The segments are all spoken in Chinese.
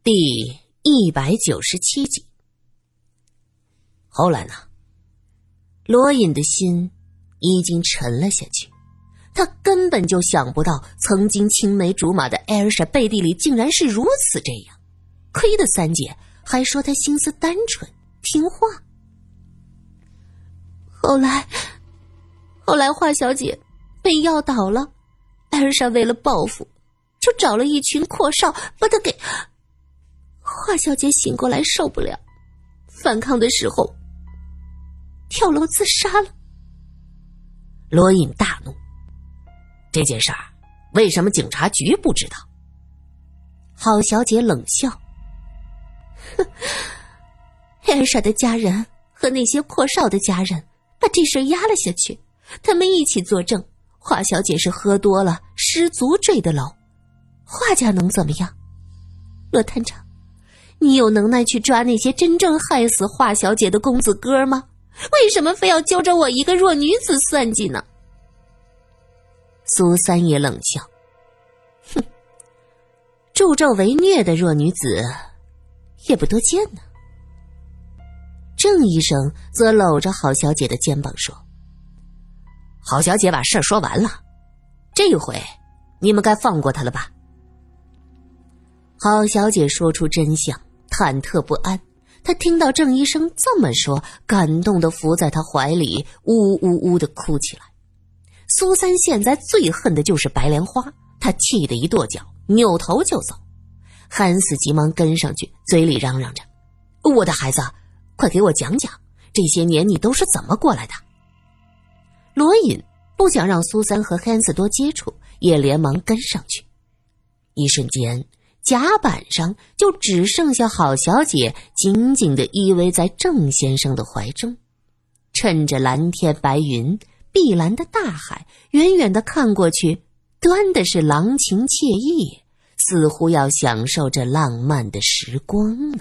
第197集。后来呢，罗隐的心已经沉了下去，他根本就想不到曾经青梅竹马的艾尔莎背地里竟然是如此这样，亏得三姐还说他心思单纯听话。后来华小姐被药倒了，艾尔莎为了报复就找了一群阔少把她给……华小姐醒过来受不了，反抗的时候跳楼自杀了。罗隐大怒，这件事儿为什么警察局不知道？郝小姐冷笑，艾尔莎的家人和那些阔少的家人把这事压了下去，他们一起作证，华小姐是喝多了失足坠的楼，华家能怎么样？罗探长，你有能耐去抓那些真正害死华小姐的公子哥吗？为什么非要揪着我一个弱女子算计呢？苏三也冷笑，哼，助纣为虐的弱女子也不多见呢。郑医生则搂着郝小姐的肩膀说，郝小姐把事儿说完了，这回你们该放过她了吧？郝小姐说出真相，忐忑不安，她听到郑医生这么说，感动地伏在他怀里，呜呜呜地哭起来。苏三现在最恨的就是白莲花，他气得一跺脚，扭头就走。韩四急忙跟上去，嘴里嚷嚷着，我的孩子，快给我讲讲，这些年你都是怎么过来的？罗隐不想让苏三和汉斯多接触，也连忙跟上去。一瞬间，甲板上就只剩下郝小姐紧紧地依偎在郑先生的怀中，趁着蓝天白云，碧蓝的大海，远远地看过去，端的是郎情妾意，似乎要享受这浪漫的时光呢。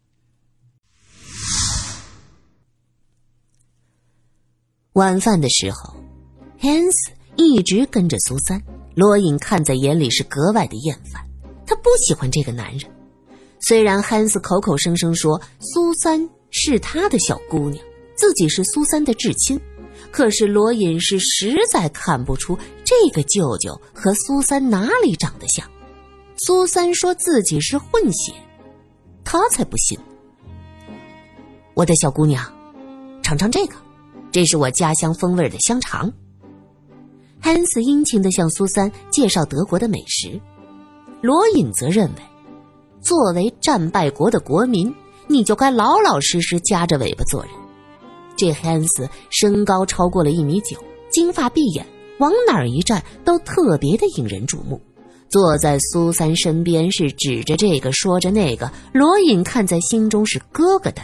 晚饭的时候，汉斯一直跟着苏三，罗隐看在眼里是格外的厌烦，他不喜欢这个男人。虽然汉斯口口声声说苏三是他的小姑娘，自己是苏三的至亲，可是罗隐是实在看不出这个舅舅和苏三哪里长得像。苏三说自己是混血，他才不信。我的小姑娘，尝尝这个，这是我家乡风味的香肠。汉斯殷勤地向苏三介绍德国的美食。罗隐则认为，作为战败国的国民，你就该老老实实夹着尾巴做人。这汉斯身高超过了1.9米，金发碧眼，往哪儿一站都特别的引人注目。坐在苏三身边，是指着这个说着那个，罗隐看在心中是咯咯的。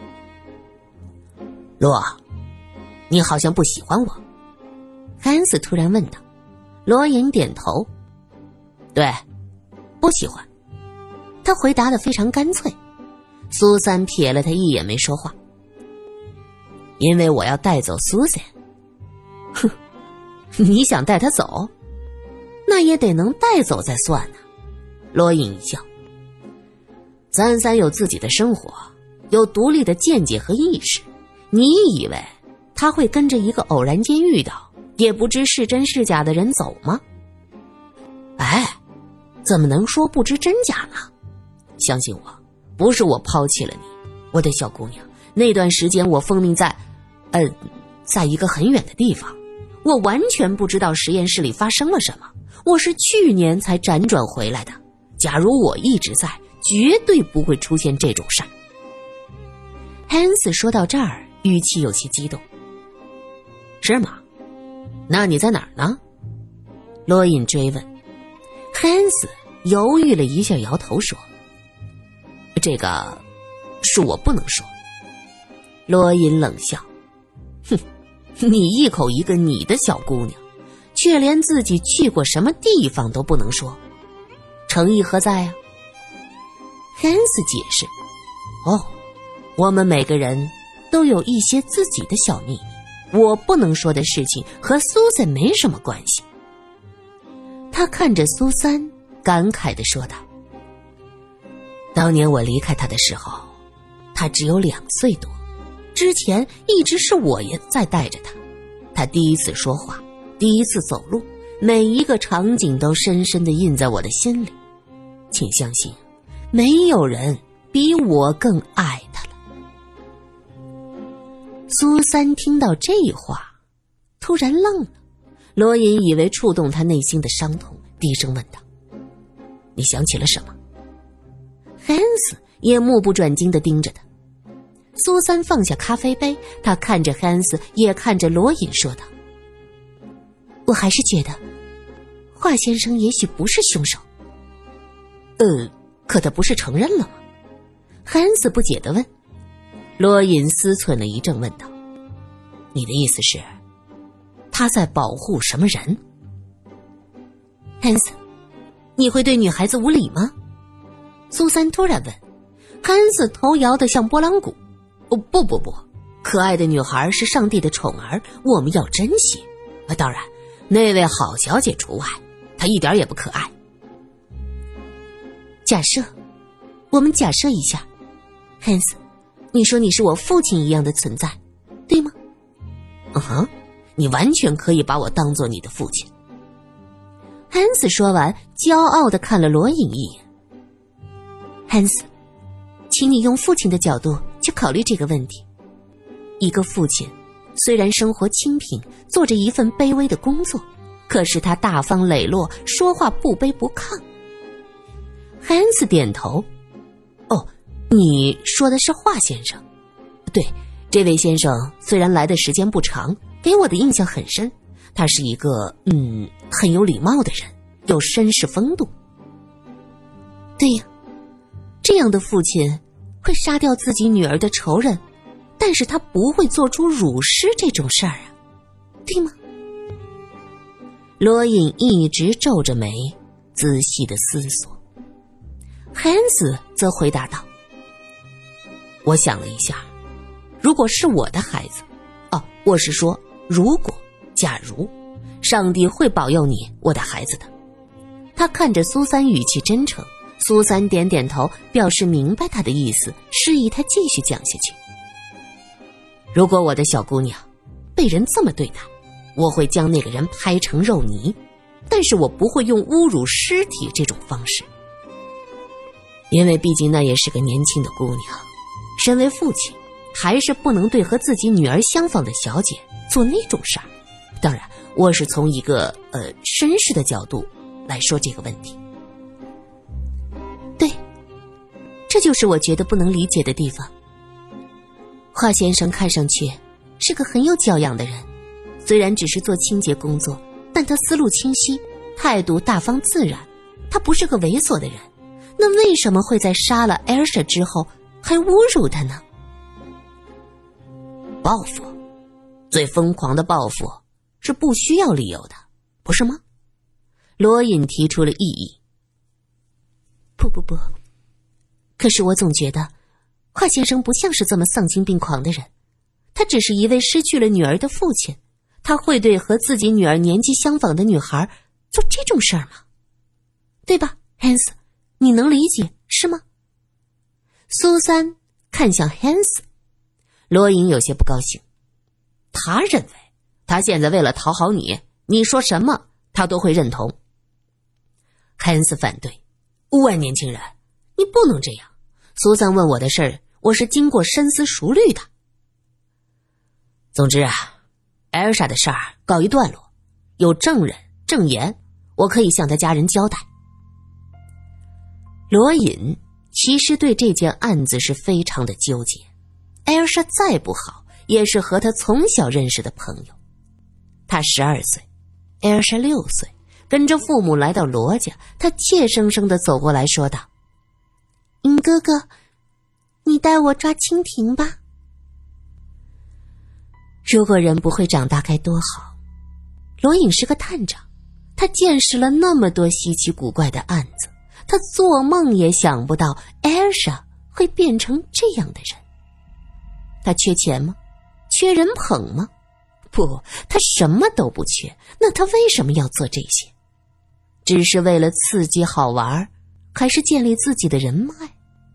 罗，你好像不喜欢我。汉斯突然问道。罗隐点头，对，不喜欢。他回答得非常干脆。苏三瞥了他一眼，没说话。因为我要带走苏珊。哼，你想带他走？那也得能带走再算呢。罗隐一笑，咱三有自己的生活，有独立的见解和意识，你以为他会跟着一个偶然间遇到也不知是真是假的人走吗？哎，怎么能说不知真假呢？相信我，不是我抛弃了你，我的小姑娘。那段时间我奉命在一个很远的地方，我完全不知道实验室里发生了什么，我是去年才辗转回来的。假如我一直在，绝对不会出现这种事儿。汉斯说到这儿，语气有些激动。是吗？那你在哪儿呢？罗隐追问。汉斯犹豫了一下，摇头说，这个是我不能说。罗隐冷笑，哼，你一口一个你的小姑娘，却连自己去过什么地方都不能说，诚意何在啊？汉斯解释，我们每个人都有一些自己的小秘密，我不能说的事情和苏珊没什么关系。他看着苏三，感慨地说道， 当年我离开他的时候，他只有2岁多，之前一直是我也在带着他。他第一次说话，第一次走路，每一个场景都深深地印在我的心里。请相信，没有人比我更爱他了。苏三听到这话，突然愣了。罗隐以为触动他内心的伤痛，低声问道：你想起了什么？汉斯也目不转睛地盯着他。苏三放下咖啡杯，他看着汉斯，也看着罗隐，说道：我还是觉得华先生也许不是凶手。可他不是承认了吗？汉斯不解地问。罗隐思忖了一阵，问道：你的意思是他在保护什么人？汉斯，你会对女孩子无礼吗？苏三突然问。汉斯头摇得像拨浪鼓。不，可爱的女孩是上帝的宠儿，我们要珍惜。当然，那位好小姐除外，她一点也不可爱。我们假设一下，汉斯，你说你是我父亲一样的存在，对吗？你完全可以把我当作你的父亲。汉斯说完，骄傲地看了罗隐一眼。汉斯，请你用父亲的角度去考虑这个问题。一个父亲虽然生活清贫，做着一份卑微的工作，可是他大方磊落，说话不卑不亢。汉斯点头。你说的是华先生？对，这位先生虽然来的时间不长，给我的印象很深。他是一个很有礼貌的人，有绅士风度。对呀，这样的父亲会杀掉自己女儿的仇人，但是他不会做出辱尸这种事儿啊，对吗？罗隐一直皱着眉，仔细地思索。汉斯则回答道：我想了一下，如果是我的孩子，我是说假如上帝会保佑你，我的孩子的。他看着苏三，语气真诚。苏三点点头，表示明白他的意思，示意他继续讲下去。如果我的小姑娘被人这么对待，我会将那个人拍成肉泥，但是我不会用侮辱尸体这种方式，因为毕竟那也是个年轻的姑娘，身为父亲还是不能对和自己女儿相仿的小姐做那种事儿。当然，我是从一个绅士的角度来说这个问题。对，这就是我觉得不能理解的地方。华先生看上去是个很有教养的人，虽然只是做清洁工作，但他思路清晰，态度大方自然，他不是个猥琐的人。那为什么会在杀了艾尔莎之后还侮辱他呢？报复，最疯狂的报复是不需要理由的，不是吗？罗隐提出了异议。不，可是我总觉得华先生不像是这么丧心病狂的人，他只是一位失去了女儿的父亲，他会对和自己女儿年纪相仿的女孩做这种事儿吗？对吧，汉斯，你能理解是吗？苏三看向汉斯。罗隐有些不高兴，他认为他现在为了讨好你，你说什么他都会认同。汉斯反对，喂，年轻人，你不能这样。苏三问我的事儿，我是经过深思熟虑的。总之艾尔莎的事儿告一段落，有证人证言，我可以向他家人交代。罗隐其实对这件案子是非常的纠结。艾尔莎再不好，也是和他从小认识的朋友。他12岁，艾尔莎6岁，跟着父母来到罗家。他怯生生地走过来说道：哥哥，你带我抓蜻蜓吧。如果人不会长大该多好。罗隐是个探长，他见识了那么多稀奇古怪的案子，他做梦也想不到艾尔莎会变成这样的人。他缺钱吗？缺人捧吗？不，他什么都不缺，那他为什么要做这些？只是为了刺激好玩，还是建立自己的人脉？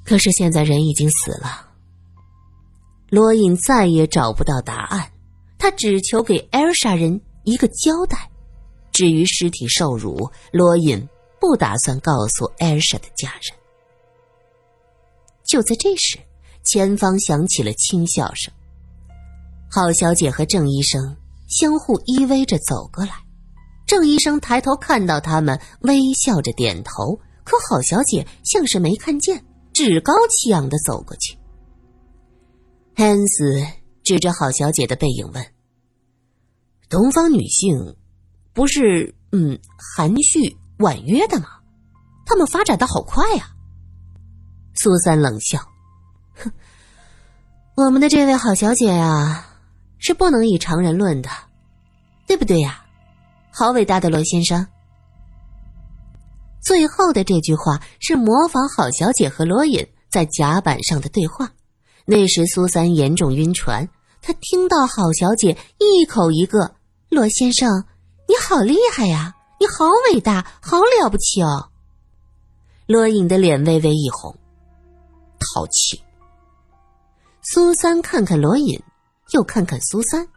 可是现在人已经死了，罗隐再也找不到答案，他只求给艾尔莎人一个交代。至于尸体受辱，罗隐不打算告诉艾尔莎的家人。就在这时，前方响起了轻笑声，郝小姐和郑医生相互依偎着走过来。郑医生抬头看到他们，微笑着点头，可郝小姐像是没看见，趾高气扬地走过去。汉斯指着郝小姐的背影问：东方女性不是含蓄婉约的吗？她们发展得好快啊。苏三冷笑：哼，我们的这位郝小姐啊，是不能以常人论的，对不对呀？好伟大的罗先生。最后的这句话是模仿郝小姐和罗隐在甲板上的对话。那时苏三严重晕船，他听到郝小姐一口一个罗先生你好厉害呀，你好伟大，好了不起哦。罗隐的脸微微一红，淘气。苏三看看罗隐，又看看苏三。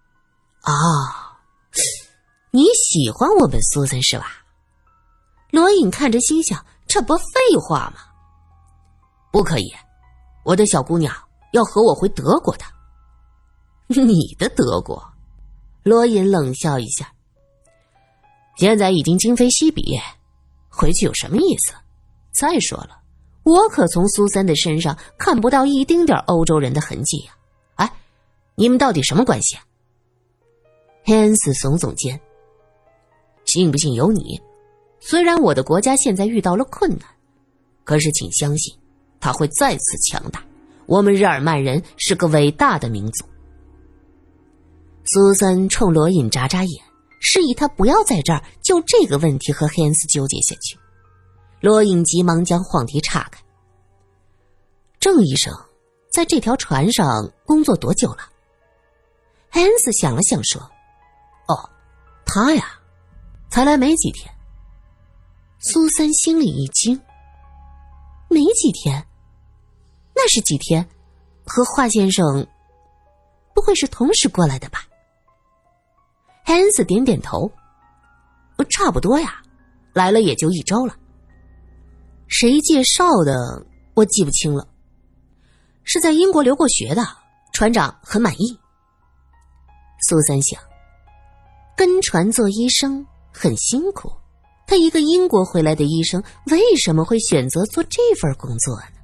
你喜欢我们苏三是吧？罗隐看着心想，这不废话吗？不可以，我的小姑娘要和我回德国的。你的德国？罗隐冷笑一下。现在已经今非昔比，回去有什么意思？再说了，我可从苏三的身上看不到一丁点欧洲人的痕迹呀。你们到底什么关系啊？汉斯耸耸肩，信不信由你。虽然我的国家现在遇到了困难，可是请相信，他会再次强大。我们日耳曼人是个伟大的民族。苏三冲罗隐眨眨眼，示意他不要在这儿就这个问题和汉斯纠结下去。罗隐急忙将话题岔开。郑医生在这条船上工作多久了？汉斯想了想说：他呀，才来没几天。苏三心里一惊，没几天？那是几天？和华先生不会是同时过来的吧？汉斯点点头，差不多呀，来了也就1周了。谁介绍的我记不清了，是在英国留过学的，船长很满意。苏三想，跟船做医生很辛苦，他一个英国回来的医生为什么会选择做这份工作呢？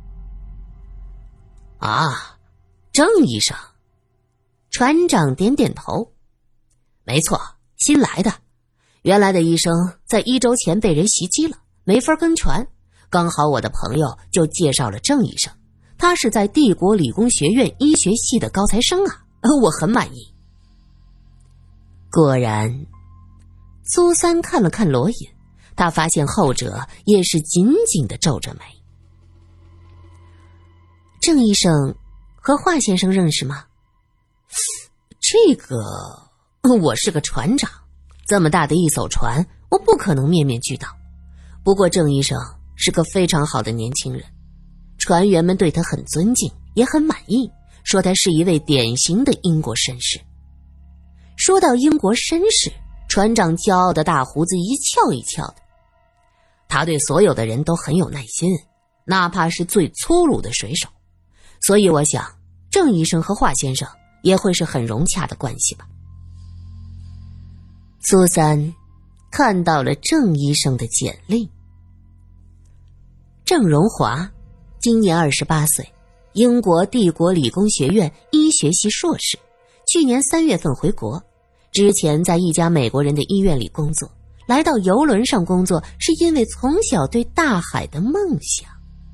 郑医生。船长点点头，没错，新来的。原来的医生在1周前被人袭击了，没法跟船，刚好我的朋友就介绍了郑医生，他是在帝国理工学院医学系的高材生啊，我很满意。果然，苏三看了看罗隐，他发现后者也是紧紧地皱着眉。郑医生和华先生认识吗？这个，我是个船长，这么大的一艘船，我不可能面面俱到。不过郑医生是个非常好的年轻人，船员们对他很尊敬，也很满意，说他是一位典型的英国绅士。说到英国绅士，船长骄傲的大胡子一翘一翘的。他对所有的人都很有耐心，哪怕是最粗鲁的水手。所以我想，郑医生和华先生也会是很融洽的关系吧。苏三看到了郑医生的简历。郑荣华，今年28岁，英国帝国理工学院医学系硕士，去年3月份回国，之前在一家美国人的医院里工作，来到游轮上工作是因为从小对大海的梦想。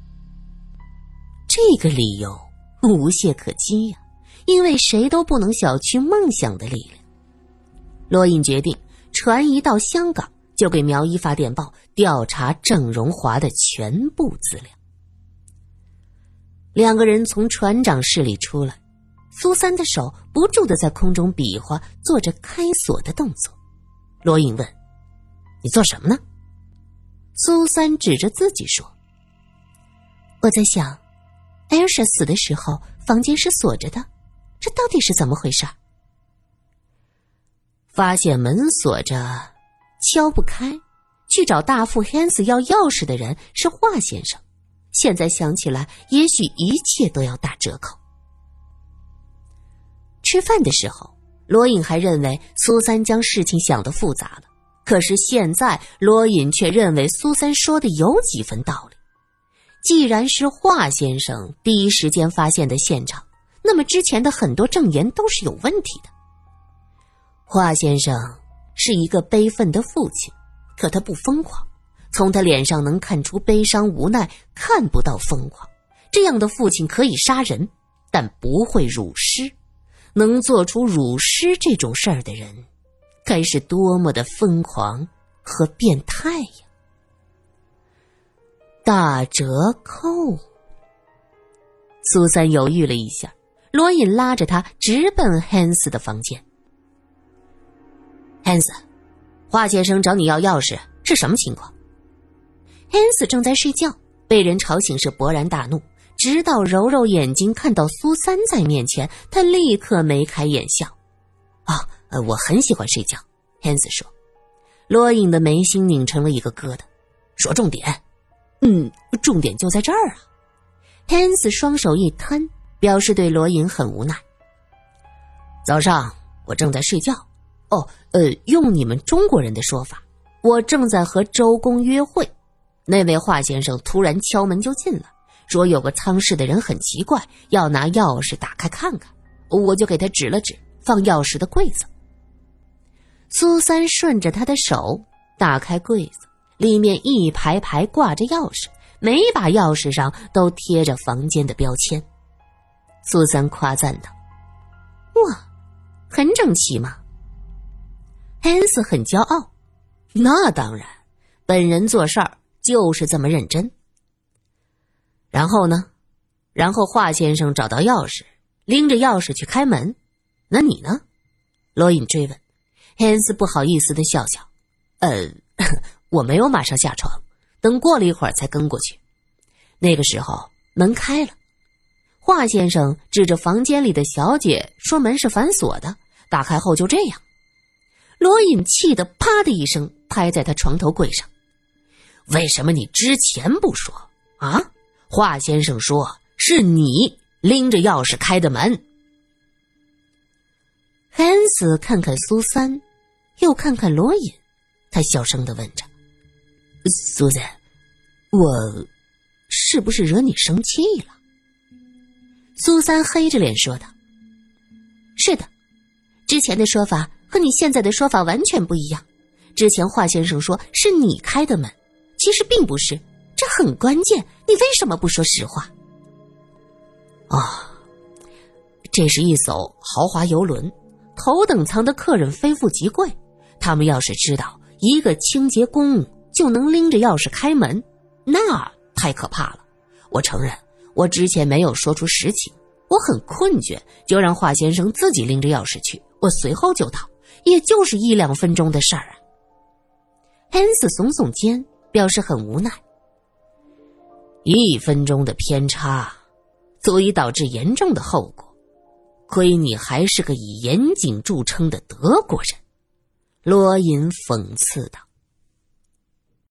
这个理由无懈可击呀，因为谁都不能小觑梦想的力量。罗隐决定船一到香港就给苗一发电报，调查郑荣华的全部资料。2个人从船长室里出来，苏三的手不住地在空中比划，做着开锁的动作。罗隐问：你做什么呢？苏三指着自己说： 我在想，艾尔莎死的时候房间是锁着的，这到底是怎么回事？发现门锁着，敲不开，去找大副 Hans 要钥匙的人是华先生。现在想起来，也许一切都要打折扣。吃饭的时候，罗隐还认为苏三将事情想得复杂了，可是现在罗隐却认为苏三说的有几分道理。既然是华先生第一时间发现的现场，那么之前的很多证言都是有问题的。华先生是一个悲愤的父亲，可他不疯狂，从他脸上能看出悲伤无奈，看不到疯狂。这样的父亲可以杀人，但不会辱尸。能做出辱尸这种事儿的人，该是多么的疯狂和变态呀！打折扣。苏三犹豫了一下，罗隐拉着他直奔 Hans 的房间。Hans， 华先生找你要钥匙，是什么情况？ Hans 正在睡觉，被人吵醒是勃然大怒，直到揉揉眼睛看到苏三在面前，他立刻眉开眼笑。我很喜欢睡觉， Hans 说。罗隐的眉心拧成了一个疙瘩。说重点。重点就在这儿啊。Hans 双手一摊，表示对罗隐很无奈。早上我正在睡觉。用你们中国人的说法，我正在和周公约会。那位华先生突然敲门就进来，说有个仓室的人很奇怪，要拿钥匙打开看看。我就给他指了指放钥匙的柜子。苏三顺着他的手打开柜子，里面一排排挂着钥匙，每把钥匙上都贴着房间的标签。苏三夸赞道：哇，很整齐嘛。Hans 很骄傲。那当然，本人做事儿就是这么认真。然后呢？然后华先生找到钥匙，拎着钥匙去开门。那你呢？罗隐追问。Hans 不好意思地笑笑。我没有马上下床，等过了一会儿才跟过去。那个时候门开了，华先生指着房间里的小姐说门是反锁的，打开后就这样。罗隐气得啪的一声拍在他床头柜上。为什么你之前不说啊？华先生说是你拎着钥匙开的门。Hans 看看苏三，又看看罗隐，他小声地问着：苏三，我是不是惹你生气了？苏三黑着脸说道：是的，之前的说法和你现在的说法完全不一样。之前华先生说是你开的门，其实并不是，这很关键，你为什么不说实话？这是一艘豪华游轮，头等舱的客人非富即贵，他们要是知道一个清洁工就能拎着钥匙开门，那太可怕了。我承认我之前没有说出实情，我很困倦，就让华先生自己拎着钥匙去，我随后就到，也就是1-2分钟的事儿啊。Hans 耸耸肩，表示很无奈。1分钟的偏差足以导致严重的后果，亏你还是个以严谨著称的德国人。罗隐讽刺道。